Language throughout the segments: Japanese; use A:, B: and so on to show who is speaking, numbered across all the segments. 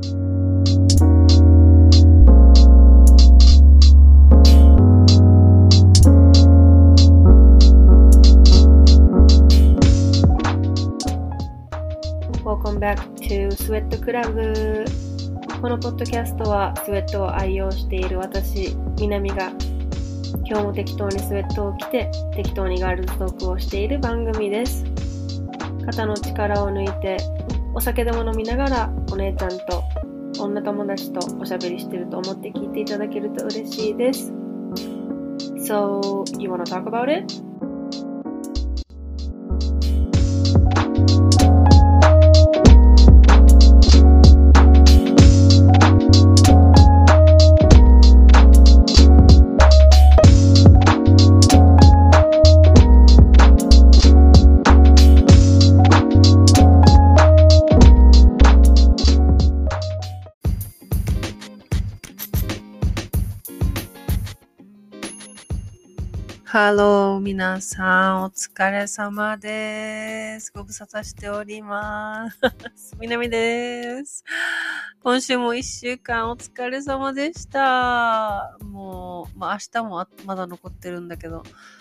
A: Welcome back to Sweat Club。 このポッドキャストはスウェットを愛用している私、みなみが今日も適当にスウェットを着て適当にガールズトークをしている番組です。肩の力を抜いてお酒でも飲みながらお姉ちゃんと女友達とおしゃべりしてると思って聞いていただけると嬉しいです。 So, you wanna talk about it?ハロー皆さん、お疲れ様です。ご無沙汰しております。みなみです。今週も1週間お疲れ様でした。もう、明日もまだ残ってるんだけど、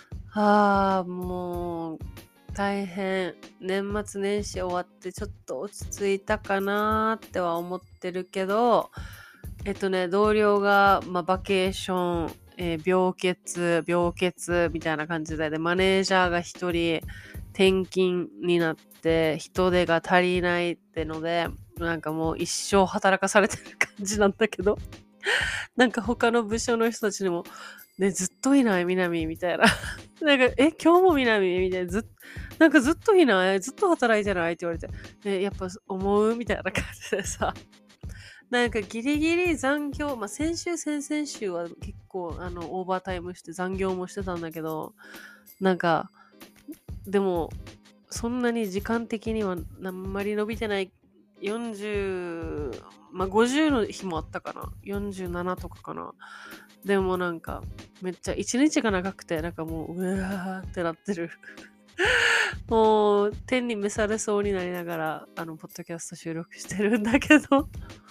A: もう大変。年末年始終わってちょっと落ち着いたかなっては思ってるけど、同僚が、バケーション、病欠みたいな感じで、マネージャーが一人転勤になって人手が足りないってので、なんかもう一生働かされてる感じなんだけどなんか他の部署の人たちにもね、ずっといないみなみみたいななんか今日もみなみみたいな、なんかずっといないずっと働いてないって言われて、やっぱ思うみたいな感じでさ、なんかギリギリ残業、先々週は結構オーバータイムして残業もしてたんだけど、なんかでもそんなに時間的にはあんまり伸びてない。40、50の日もあったかな、47とかかな。でもなんかめっちゃ1日が長くて、なんかもううわーってなってるもう天に召されそうになりながらポッドキャスト収録してるんだけど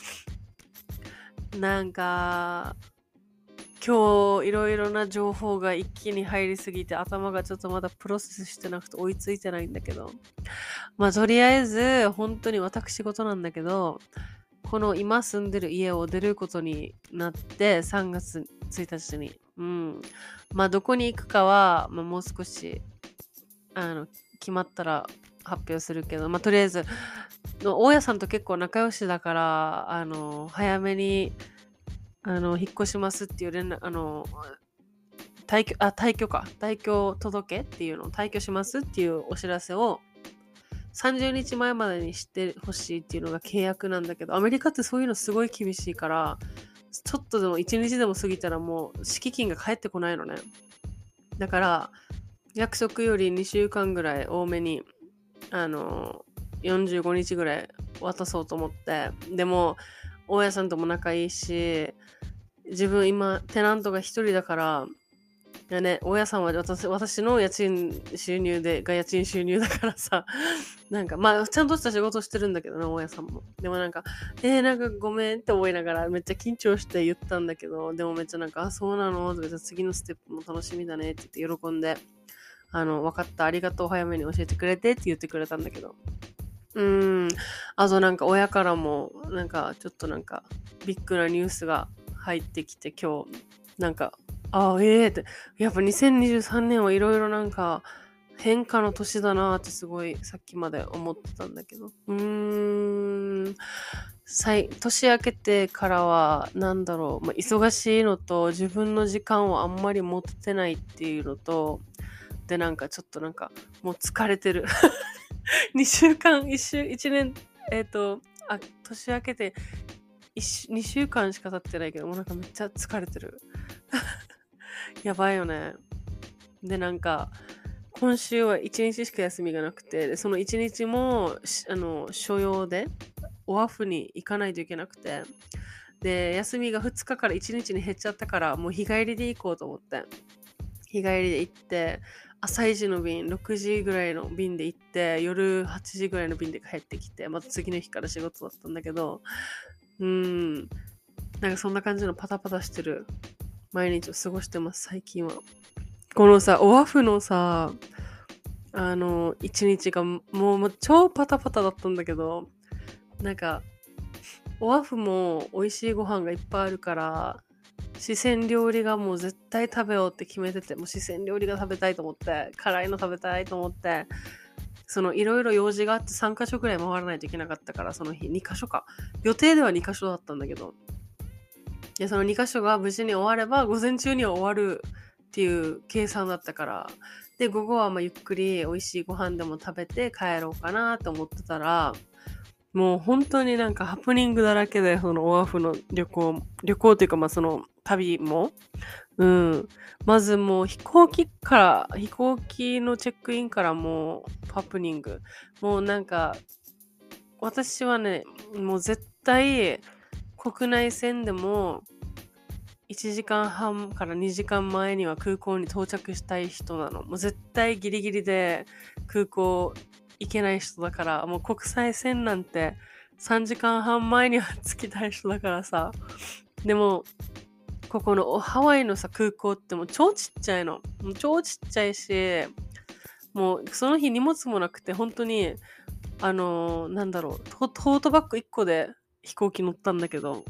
A: なんか今日いろいろな情報が一気に入りすぎて頭がちょっとまだプロセスしてなくて追いついてないんだけど、とりあえず本当に私事なんだけど、この今住んでる家を出ることになって3月1日に、どこに行くかは、もう少し決まったら発表するけど、とりあえず大家さんと結構仲良しだから、早めに引っ越しますっていう退去届っていうのを退去しますっていうお知らせを30日前までにしてほしいっていうのが契約なんだけど、アメリカってそういうのすごい厳しいから、ちょっとでも1日でも過ぎたらもう敷金が返ってこないのね。だから約束より2週間ぐらい多めに45日ぐらい渡そうと思って、でも大家さんとも仲いいし、自分今テナントが一人だからね、大家さんは私の家賃収入が家賃収入だからさ、なんかちゃんとした仕事してるんだけどね、大家さんも。でもなんかなんかごめんって思いながらめっちゃ緊張して言ったんだけど、でもめっちゃなんかそうなのとか、次のステップも楽しみだねって言って喜んで、分かった、ありがとう、早めに教えてくれてって言ってくれたんだけど、あとなんか親からもなんかちょっとなんかビッグなニュースが入ってきて、今日なんかってやっぱ2023年はいろいろなんか変化の年だなってすごいさっきまで思ってたんだけど、年明けてからはなんだろう、忙しいのと自分の時間をあんまり持ててないっていうのとで、なんかちょっとなんかもう疲れてる2週間1年年明けて2週間しか経ってないけど、もうなんかめっちゃ疲れてるやばいよね。でなんか今週は1日しか休みがなくて、でその1日も所用でオアフに行かないといけなくて、で休みが2日から1日に減っちゃったから、もう日帰りで行こうと思って日帰りで行って、朝一の便6時ぐらいの便で行って、夜8時ぐらいの便で帰ってきて、また次の日から仕事だったんだけど、 なんかそんな感じのパタパタしてる毎日を過ごしてます、最近は。このさ、オアフのさ、一日がもう超パタパタだったんだけど、なんか、オアフも美味しいご飯がいっぱいあるから、四川料理がもう絶対食べようって決めてて、もう四川料理が食べたいと思って、辛いの食べたいと思って、いろいろ用事があって3カ所くらい回らないといけなかったから、その日2カ所か。予定では2カ所だったんだけど、でその2カ所が無事に終われば、午前中には終わるっていう計算だったから、で、午後はゆっくり美味しいご飯でも食べて帰ろうかなと思ってたら、もう本当になんかハプニングだらけで、そのオアフの旅行というかその旅も、まずもう飛行機のチェックインからもうハプニング。もうなんか、私はね、もう絶対国内線でも1時間半から2時間前には空港に到着したい人なの。もう絶対ギリギリで空港行けない人だから、もう国際線なんて3時間半前には着きたい人だからさ。でも、ここのハワイのさ、空港ってもう超ちっちゃいの。もう超ちっちゃいし、もうその日荷物もなくて、本当に、なんだろう、トートバッグ1個で飛行機乗ったんだけど、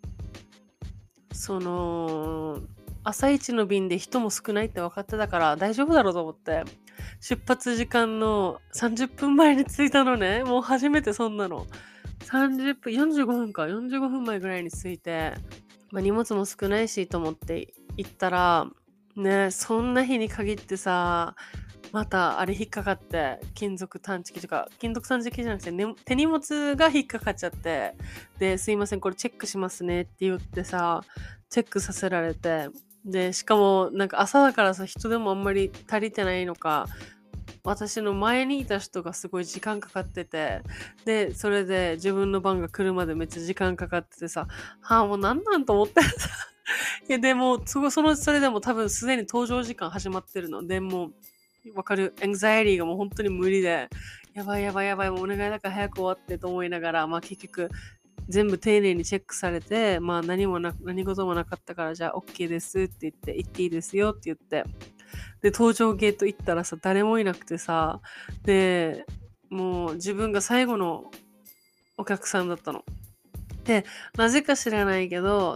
A: 朝一の便で人も少ないって分かってたから大丈夫だろうと思って、出発時間の30分前に着いたのね。もう初めてそんなの。30分、45分か。45分前ぐらいに着いて、荷物も少ないしと思って行ったら、ね、そんな日に限ってさ、またあれ引っかかって、金属探知機じゃなくて、手荷物が引っかかっちゃって、で、すいません、これチェックしますねって言ってさ、チェックさせられて、で、しかもなんか朝だからさ、人でもあんまり足りてないのか、私の前にいた人がすごい時間かかってて、で、それで自分の番が来るまでめっちゃ時間かかっててさ、もうなんなんと思ってさ。いや、でも、それでも多分すでに搭乗時間始まってるので、もう、わかる。エンザイリーがもう本当に無理で、やばい、もうお願いだから早く終わってと思いながら、結局、全部丁寧にチェックされて、何事もなかったから、じゃあ OK ですって言って、行っていいですよって言って、で、搭乗ゲート行ったらさ、誰もいなくてさ、で、もう自分が最後のお客さんだったの。で、なぜか知らないけど、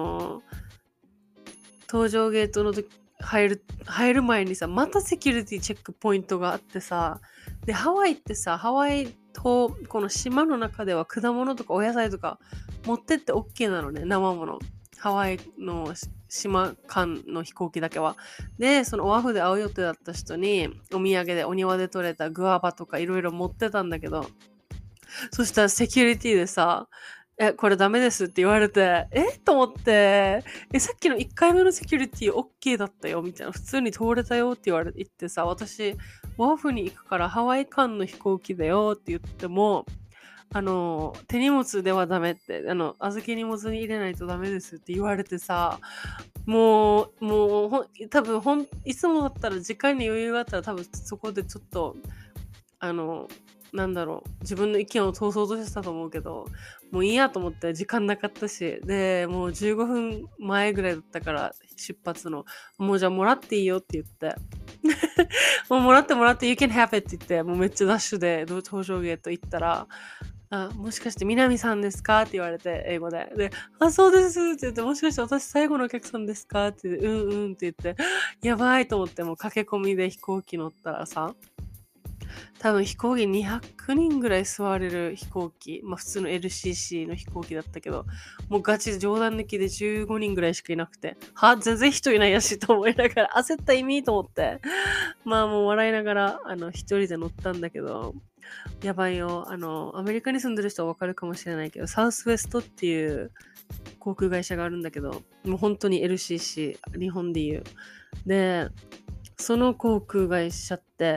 A: 搭乗ゲートの時、入る前にさ、またセキュリティチェックポイントがあってさ、で、ハワイと、この島の中では果物とかお野菜とか持ってって OK なのね、生もの。ハワイの島間の飛行機だけは。で、そのオアフで会う予定だった人に、お土産でお庭で採れたグアバとかいろいろ持ってたんだけど、そしたらセキュリティでさ、これダメですって言われて、と思って、さっきの1回目のセキュリティ OK だったよみたいな、普通に通れたよって言ってさ、私、オアフに行くからハワイ間の飛行機だよって言っても、手荷物ではダメって、預け荷物に入れないとダメですって言われてさ、もう、多分いつもだったら時間に余裕があったら多分そこでちょっと、自分の意見を通そうとしてたと思うけど、もういいやと思って時間なかったし、で、もう15分前ぐらいだったから出発の、もうじゃあもらっていいよって言って、もうもらって、You can have it って言って、もうめっちゃダッシュで搭乗ゲート行ったら、もしかして南さんですかって言われて、英語で。で、そうですって言って、もしかして私最後のお客さんですかって言って、うんって言って、やばいと思って、もう駆け込みで飛行機乗ったらさ、多分飛行機200人ぐらい座れる飛行機、普通の LCC の飛行機だったけど、もうガチ冗談抜きで15人ぐらいしかいなくて、全然人いないやしと思いながら、焦った意味と思って、もう笑いながら、一人で乗ったんだけど、やばいよ。アメリカに住んでる人はわかるかもしれないけど、サウスウェストっていう航空会社があるんだけど、もう本当に LCC、日本で言う。で、その航空会社って、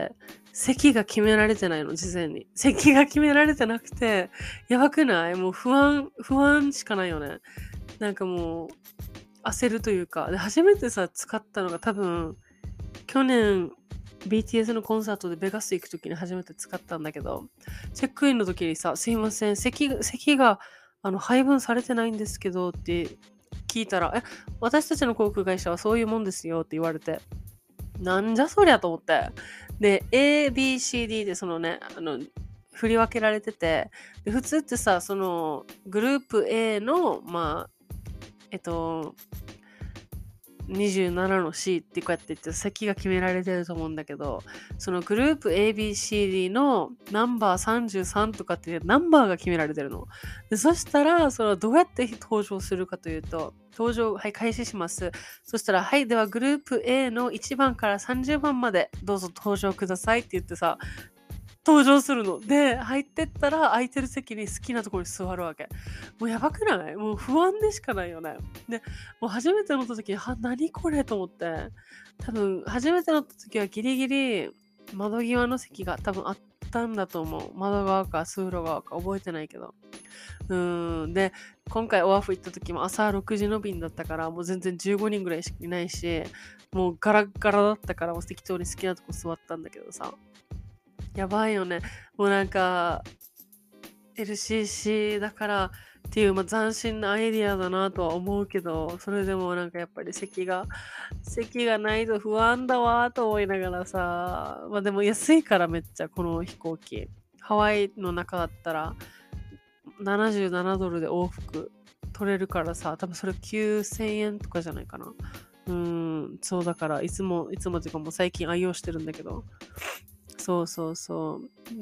A: 席が決められてないの、事前に。席が決められてなくて、やばくない？もう不安しかないよね。なんかもう、焦るというか。で、初めてさ、使ったのが多分、去年、BTS のコンサートでベガス行くときに初めて使ったんだけど、チェックインの時にさ、すいません、席が、 配分されてないんですけどって聞いたら、私たちの航空会社はそういうもんですよって言われて、なんじゃそりゃと思って。で、A、B、C、D でそのね、振り分けられてて、で普通ってさ、その、グループ A の、27の C ってこうやって言って席が決められてると思うんだけど、そのグループ ABCD のナンバー33とかっていうナンバーが決められてるの。でそしたら、そのどうやって登場するかというと、登場、はい、開始します。そしたら、はい、ではグループ A の1番から30番までどうぞ登場くださいって言ってさ、登場するの。で、入ってったら空いてる席に好きなところに座るわけ。もうやばくない？もう不安でしかないよね。で、もう初めて乗った時に、何これと思って。多分、初めて乗った時はギリギリ窓際の席が多分あったんだと思う。窓側か通路側か覚えてないけど。で、今回オアフ行った時も朝6時の便だったから、もう全然15人ぐらいしかいないし、もうガラッガラだったから、もう適当に好きなとこ座ったんだけどさ。やばいよね。もうなんか、LCC だからっていう、斬新なアイディアだなとは思うけど、それでもなんかやっぱり席がないと不安だわと思いながらさ、でも安いからめっちゃこの飛行機。ハワイの中だったら77ドルで往復取れるからさ、多分それ9000円とかじゃないかな。そうだからいつもっていうかもう最近愛用してるんだけど、そうそうそう。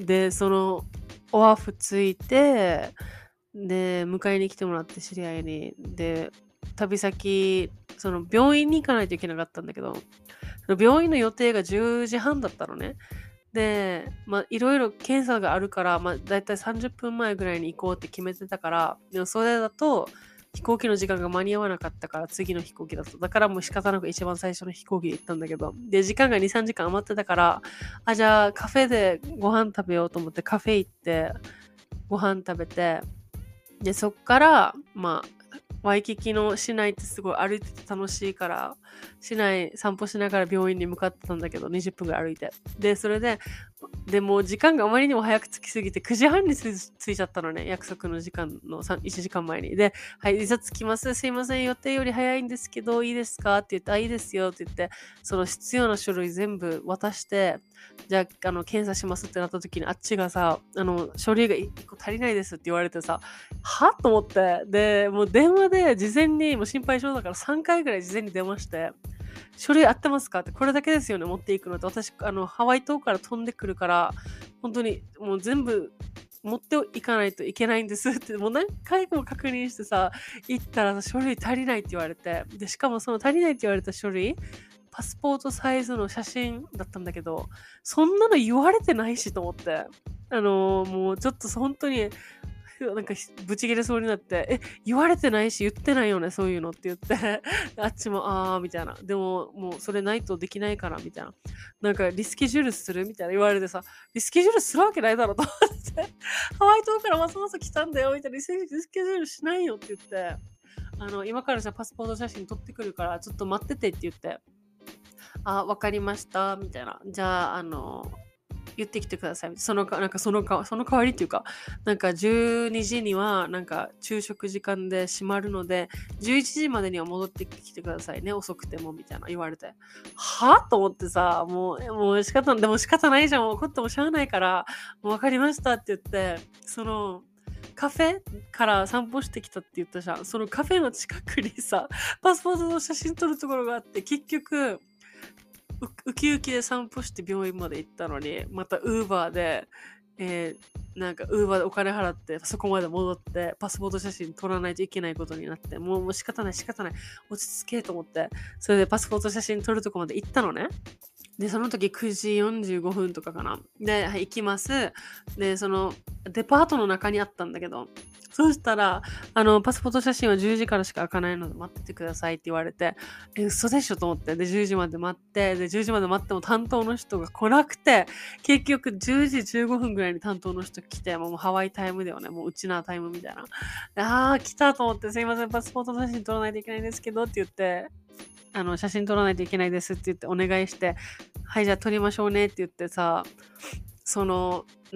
A: で、その、オアフついて、で、迎えに来てもらって知り合いに。で、旅先、その病院に行かないといけなかったんだけど、その病院の予定が10時半だったのね。で、いろいろ検査があるから、だいたい30分前ぐらいに行こうって決めてたから、でもそれだと、飛行機の時間が間に合わなかったから次の飛行機だと。だからもう仕方なく一番最初の飛行機で行ったんだけど。で、時間が2、3時間余ってたから、じゃあカフェでご飯食べようと思ってカフェ行ってご飯食べて、で、そっから、ワイキキの市内ってすごい歩いてて楽しいから、市内散歩しながら病院に向かってたんだけど、20分ぐらい歩いて。で、それで、もう時間があまりにも早く着きすぎて、9時半に着いちゃったのね。約束の時間の1時間前に。で、はい、いざ着きます。すいません、予定より早いんですけど、いいですかって言って、いいですよって言って、その必要な書類全部渡して、じゃあ、検査しますってなった時に、あっちがさ、書類が1個足りないですって言われてさ、はと思って。で、もう電話で事前に、もう心配性だから3回ぐらい事前に電話して、書類合ってますかって、これだけですよね、持っていくのって。私、ハワイ島から飛んでくるから、本当にもう全部持っていかないといけないんですって、もう何回も確認してさ、行ったら書類足りないって言われて、で、しかもその足りないって言われた書類、パスポートサイズの写真だったんだけど、そんなの言われてないしと思って、もうちょっと本当に、なんかブチ切れそうになって、言われてないし言ってないよね、そういうのって言って、あっちも、みたいな。でも、もうそれないとできないから、みたいな。なんか、リスケジュールするみたいな言われてさ、リスケジュールするわけないだろ、と思って。ハワイ島からわざわざ来たんだよ、みたいな。リスケジュールしないよって言って、今からじゃあパスポート写真撮ってくるから、ちょっと待っててって言って、わかりました、みたいな。じゃあ、言ってきてください。その代わりっていうか、なんか12時にはなんか昼食時間で閉まるので、11時までには戻ってきてくださいね。遅くてもみたいな言われて。はと思ってさ、もう仕方ないじゃん。怒ってもしゃあないから、もうわかりましたって言って、その、カフェから散歩してきたって言ったじゃん。そのカフェの近くにさ、パスポートの写真撮るところがあって、結局、ウキウキで散歩して病院まで行ったのに、またウーバーで、なんかウーバーでお金払ってそこまで戻ってパスポート写真撮らないといけないことになって、もう仕方ない落ち着けと思って、それでパスポート写真撮るとこまで行ったのね。で、その時9時45分とかかな。で、はい、行きます。で、そのデパートの中にあったんだけど、そうしたら、パスポート写真は10時からしか開かないので待っててくださいって言われて、嘘でしょと思って。で、10時まで待って、で、10時まで待っても担当の人が来なくて、結局10時15分ぐらいに担当の人来て、もうハワイタイムだよね。もううちなタイムみたいな。来たと思って、すいません、パスポート写真撮らないといけないんですけどって言って、写真撮らないといけないですって言ってお願いして、はい、じゃあ撮りましょうねって言ってさ、なんか、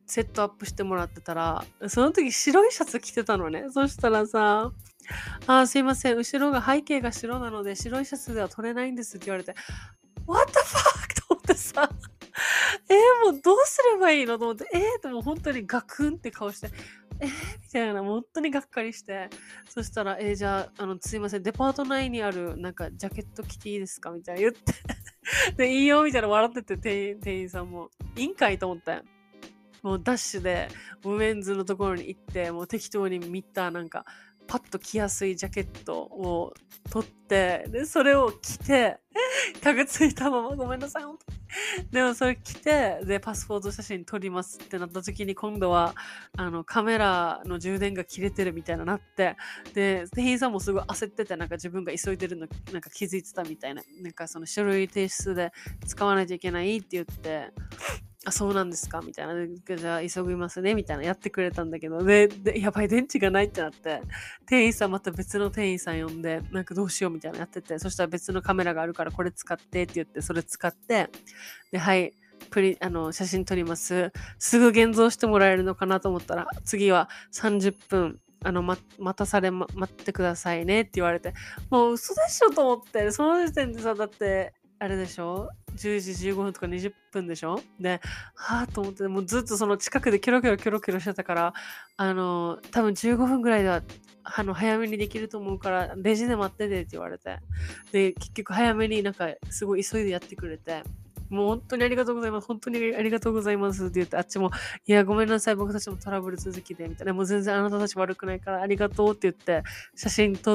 A: セットアップしてもらってたら、その時白いシャツ着てたのね。そしたらさ、すいません、後ろが背景が白なので白いシャツでは撮れないんですって言われて、What the fuck と思ってさ、もうどうすればいいのと思って、でも本当にガクンって顔して、みたいな、本当にがっかりして、そしたら、じゃあ、すいません、デパート内にある、なんか、ジャケット着ていいですかみたいな言って、で、いいよ、みたいな笑ってて、店員さんも、いいんかいと思って。もうダッシュでウメンズのところに行ってもう適当に見たなんかパッと着やすいジャケットを取ってでそれを着てタグついたままごめんなさい本当にでもそれ着てでパスポート写真撮りますってなった時に今度はカメラの充電が切れてるみたいななってで店員さんもすごい焦っててなんか自分が急いでるのなんか気づいてたみたいななんかその書類提出で使わないといけないって言ってそうなんですかみたいな。じゃあ、急ぎますねみたいな。やってくれたんだけど。で、やばい、電池がないってなって、店員さんまた別の店員さん呼んで、なんかどうしようみたいなやってて、そしたら別のカメラがあるからこれ使ってって言って、それ使って、で、はい、写真撮ります。すぐ現像してもらえるのかなと思ったら、次は30分、待ってくださいねって言われて、もう嘘でしょと思って、その時点でさ、だって、あれでしょ10時15分とか20分でしょで、はぁと思って、もうずっとその近くでキョロキョロしてたから、多分15分ぐらいでは、早めにできると思うから、レジで待っててって言われて。で、結局早めになんか、すごい急いでやってくれて、もう本当にありがとうございます。本当にありがとうございますって言って、あっちも、いや、ごめんなさい。僕たちもトラブル続きで、みたいな。もう全然あなたたち悪くないからありがとうって言って、写真撮って、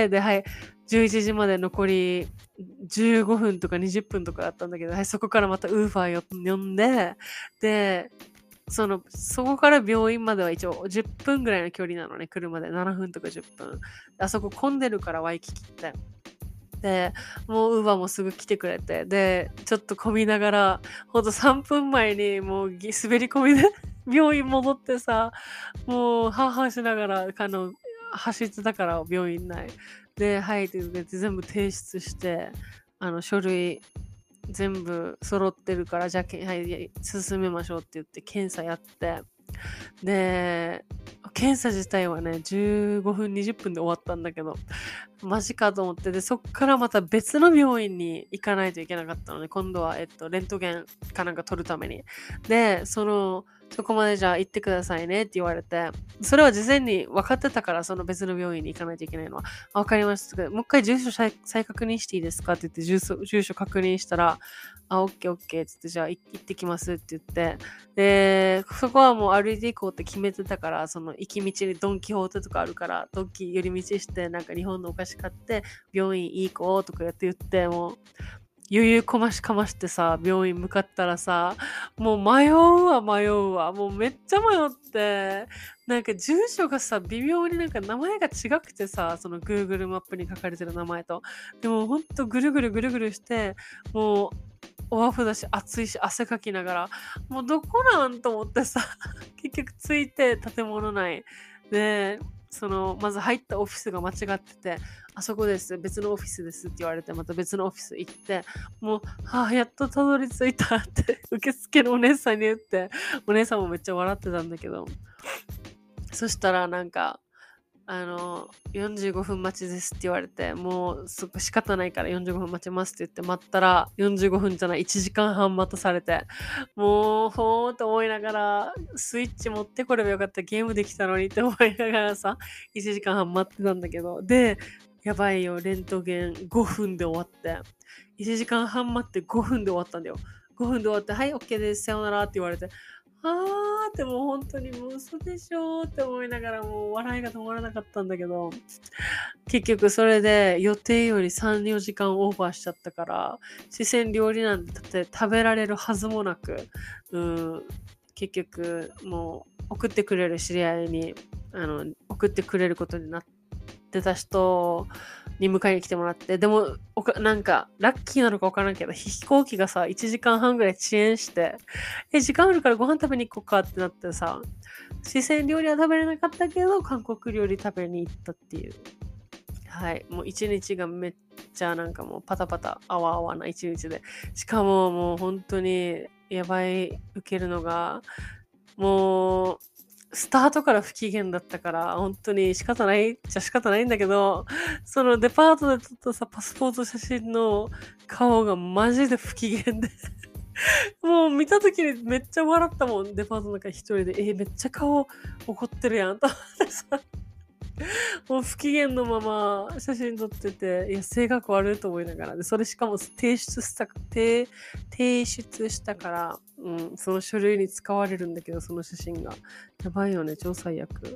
A: で、はい、11時まで残り15分とか20分とかあったんだけど、はい、そこからまたウーファー呼んで、で、そこから病院までは一応10分ぐらいの距離なのね、車で7分とか10分。あそこ混んでるからワイキキって。で、もうウーバーもすぐ来てくれて、で、ちょっと混みながら、ほんと3分前にもう滑り込みで病院戻ってさ、もうハーハーしながら、走ってたから病院内。で、はいって言って全部提出して、書類全部揃ってるから、じゃあ、はい、進めましょうって言って検査やって、で、検査自体はね、15分、20分で終わったんだけど、マジかと思って、で、そっからまた別の病院に行かないといけなかったので、今度は、レントゲンかなんか取るために。で、そこまでじゃあ行ってくださいねって言われて、それは事前に分かってたから、その別の病院に行かないといけないのは。分かりました。もう一回住所再確認していいですかって言って住所確認したら、オッケーオッケーって言って、じゃあ行ってきますって言って、で、そこはもう歩いて行こうって決めてたから、その行き道にドンキホーテとかあるから、ドンキ寄り道して、なんか日本のお菓子買って、病院行こうとか言って、もう、余裕こましかましてさ、病院向かったらさ、もう迷うわ。もうめっちゃ迷って、なんか住所がさ、微妙になんか名前が違くてさ、その Google マップに書かれてる名前と。でもほんとぐるぐるして、もう、オアフだし、暑いし、汗かきながら、もうどこなんと思ってさ、結局着いて建物内で、まず入ったオフィスが間違ってて、あそこです、別のオフィスですって言われて、また別のオフィス行って、もう、やっとたどり着いたって受付のお姉さんに言って、お姉さんもめっちゃ笑ってたんだけど、そしたらなんか、45分待ちですって言われて、もう仕方ないから45分待ちますって言って待ったら、45分じゃない、1時間半待たされて、もう、ほーって思いながら、スイッチ持ってこればよかった、ゲームできたのにって思いながらさ、1時間半待ってたんだけど、で、やばいよ、レントゲン5分で終わって、1時間半待って5分で終わったんだよ。5分で終わって、はい、OK です、さようならって言われて、ってもう本当にもう嘘でしょって思いながらもう笑いが止まらなかったんだけど、結局それで予定より3、4時間オーバーしちゃったから、四川料理なんてだって食べられるはずもなく、結局もう送ってくれる知り合いに、送ってくれることになってた人に迎えに来てもらって、でもなんかラッキーなのか分からんけど、飛行機がさ1時間半ぐらい遅延して、時間あるからご飯食べに行こうかってなってさ、四川料理は食べれなかったけど韓国料理食べに行ったっていう、はい、もう一日がめっちゃなんかもうパタパタあわあわな一日で、しかももう本当にやばい受けるのがもう、スタートから不機嫌だったから、本当に仕方ないっちゃ仕方ないんだけど、そのデパートで撮ったさ、パスポート写真の顔がマジで不機嫌でもう見た時にめっちゃ笑ったもん。デパートの中一人で、めっちゃ顔怒ってるやんと思ってさ、もう不機嫌のまま写真撮ってて、いや、性格悪いと思いながら。で、それしかも提出したから、その書類に使われるんだけど、その写真が。やばいよね、超最悪。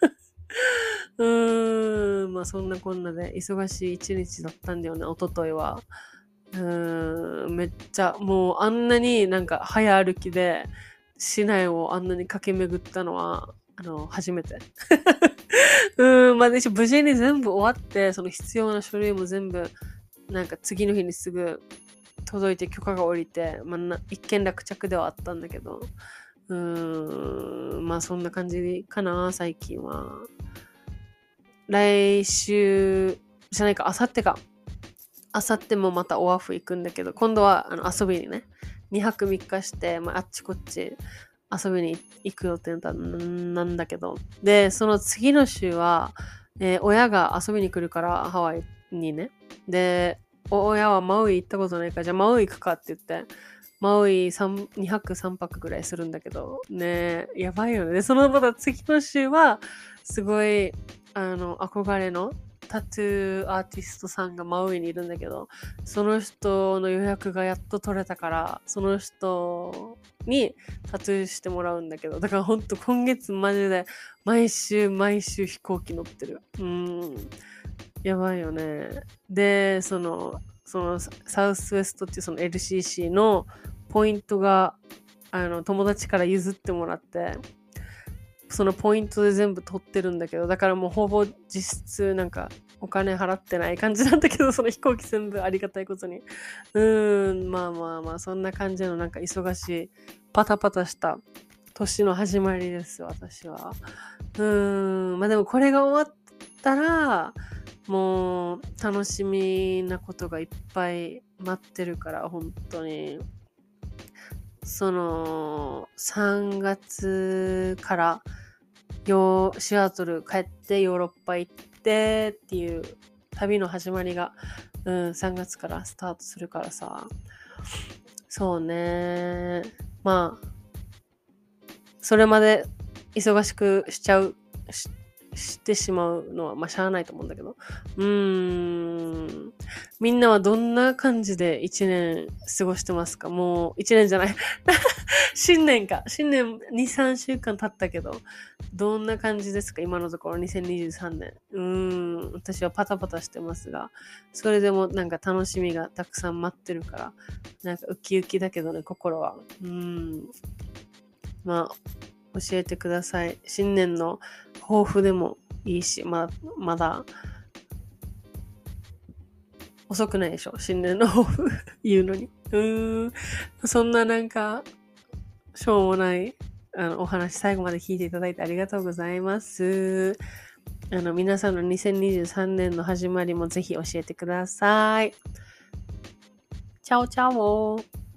A: まあそんなこんなで忙しい一日だったんだよね、一昨日は。めっちゃ、もうあんなになんか早歩きで市内をあんなに駆け巡ったのは、初めて。まあ、無事に全部終わって、その必要な書類も全部、なんか次の日にすぐ届いて許可が下りて、まあ、一見落着ではあったんだけど、まあそんな感じかな、最近は。来週、じゃないか、あさってか。あさってもまたオアフ行くんだけど、今度は遊びにね、2泊3日して、まあ、あっちこっち遊びに行く予定なんだけど、で、その次の週は、親が遊びに来るから、ハワイにね。で、親はマウイ行ったことないから、じゃあマウイ行くかって言って、マウイ2泊3泊ぐらいするんだけど、ね、やばいよね。で、そのまた次の週は、すごい、憧れのタトゥーアーティストさんがマウイにいるんだけど、その人の予約がやっと取れたから、その人にタトゥーしてもらうんだけど、だからほんと今月マジで毎週飛行機乗ってる。やばいよね。で、そのサウスウェストっていうその LCC のポイントが、友達から譲ってもらって、そのポイントで全部取ってるんだけど、だからもうほぼ実質なんかお金払ってない感じなんだけど、その飛行機全部ありがたいことに。まあまあまあ、そんな感じのなんか忙しい、パタパタした年の始まりです、私は。まあでもこれが終わったら、もう楽しみなことがいっぱい待ってるから、本当に。その、3月からシアトル帰ってヨーロッパ行ってっていう旅の始まりが、3月からスタートするからさ。そうね。まあ、それまで忙しくしてしまうのは、まあ、しゃあないと思うんだけど。みんなはどんな感じで1年過ごしてますか？もう、1年じゃない。新年か。新年2、3週間経ったけど、どんな感じですか？今のところ2023年。私はパタパタしてますが、それでもなんか楽しみがたくさん待ってるから、なんかウキウキだけどね、心は。まあ、教えてください。新年の抱負でもいいし、まだ遅くないでしょ、新年の抱負言うのに。そんななんか、しょうもない、お話最後まで聞いていただいてありがとうございます。皆さんの2023年の始まりもぜひ教えてください。チャオチャオ。